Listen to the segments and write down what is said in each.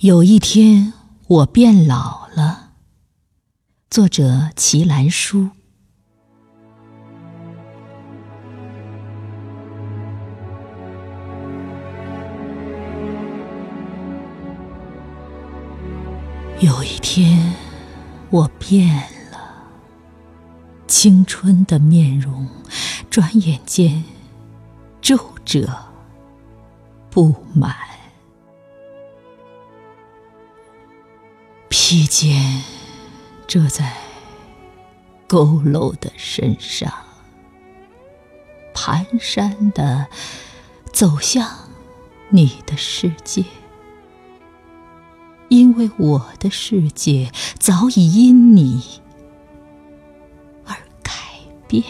有一天，我变老了。作者齐兰书。有一天，我变了，青春的面容，转眼间皱褶不满。披肩遮在佝偻的身上，蹒跚地走向你的世界，因为我的世界早已因你而改变。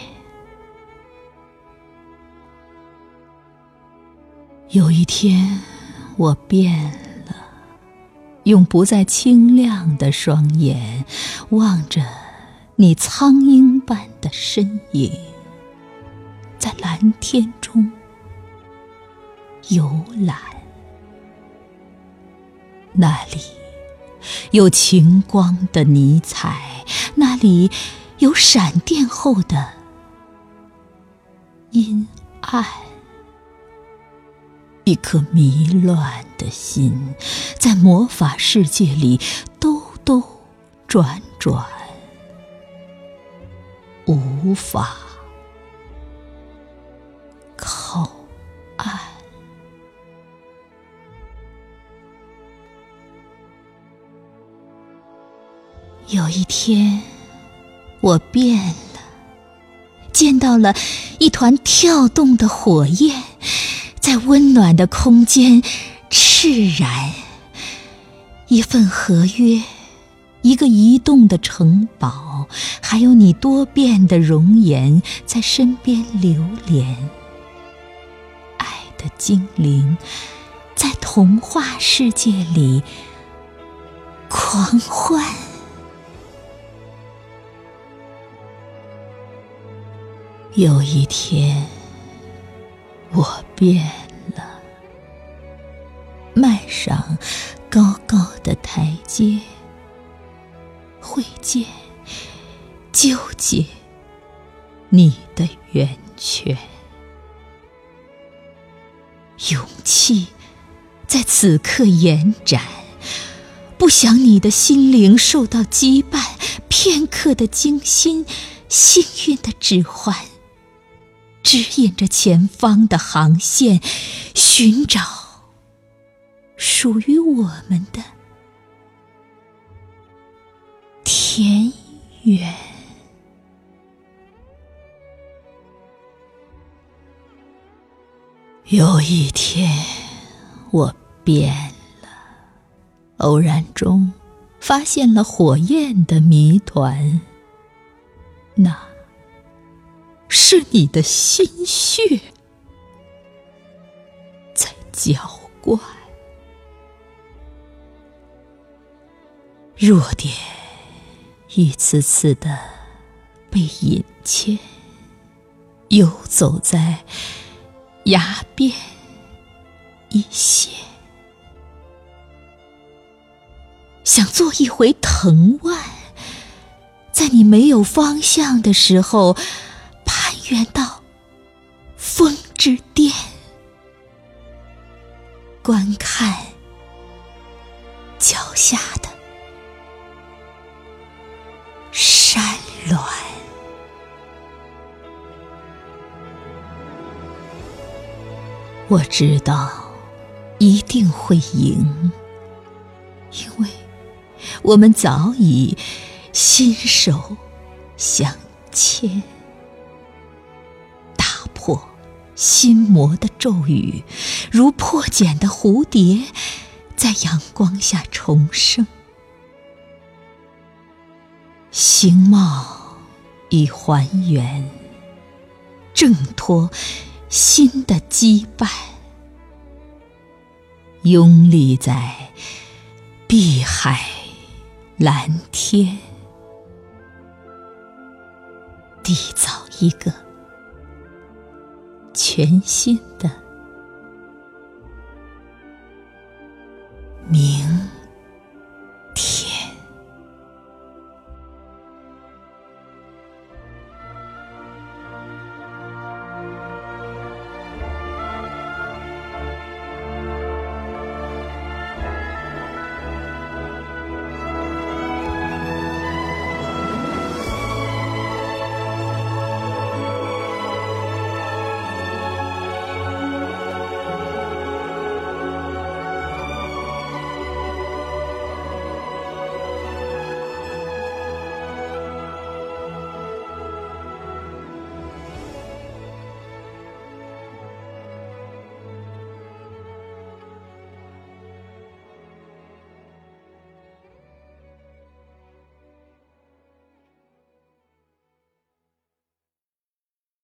有一天，我变了，用不再清亮的双眼望着你苍鹰般的身影，在蓝天中游览。那里有晴光的尼彩，那里有闪电后的阴暗。一颗迷乱的心，在魔法世界里兜兜转转，无法靠岸。有一天，我变了，见到了一团跳动的火焰，在温暖的空间炽然。一份合约，一个移动的城堡，还有你多变的容颜在身边流连。爱的精灵在童话世界里狂欢。有一天，我变了，迈上高高的台阶，会见纠结你的圆圈。勇气在此刻延展，不想你的心灵受到羁绊，片刻的惊心，幸运的指环指引着前方的航线，寻找属于我们的田园。有一天，我变了，偶然中发现了火焰的谜团，那是你的心血在浇灌。弱点一次次地被引牵，游走在崖边一线，想做一回藤蔓，在你没有方向的时候攀援到风之巅，观看脚下的山峦。我知道一定会赢，因为我们早已心手相牵。打破心魔的咒语，如破茧的蝴蝶，在阳光下重生。形貌已还原，挣脱新的羁绊，拥立在碧海蓝天，缔造一个全新的明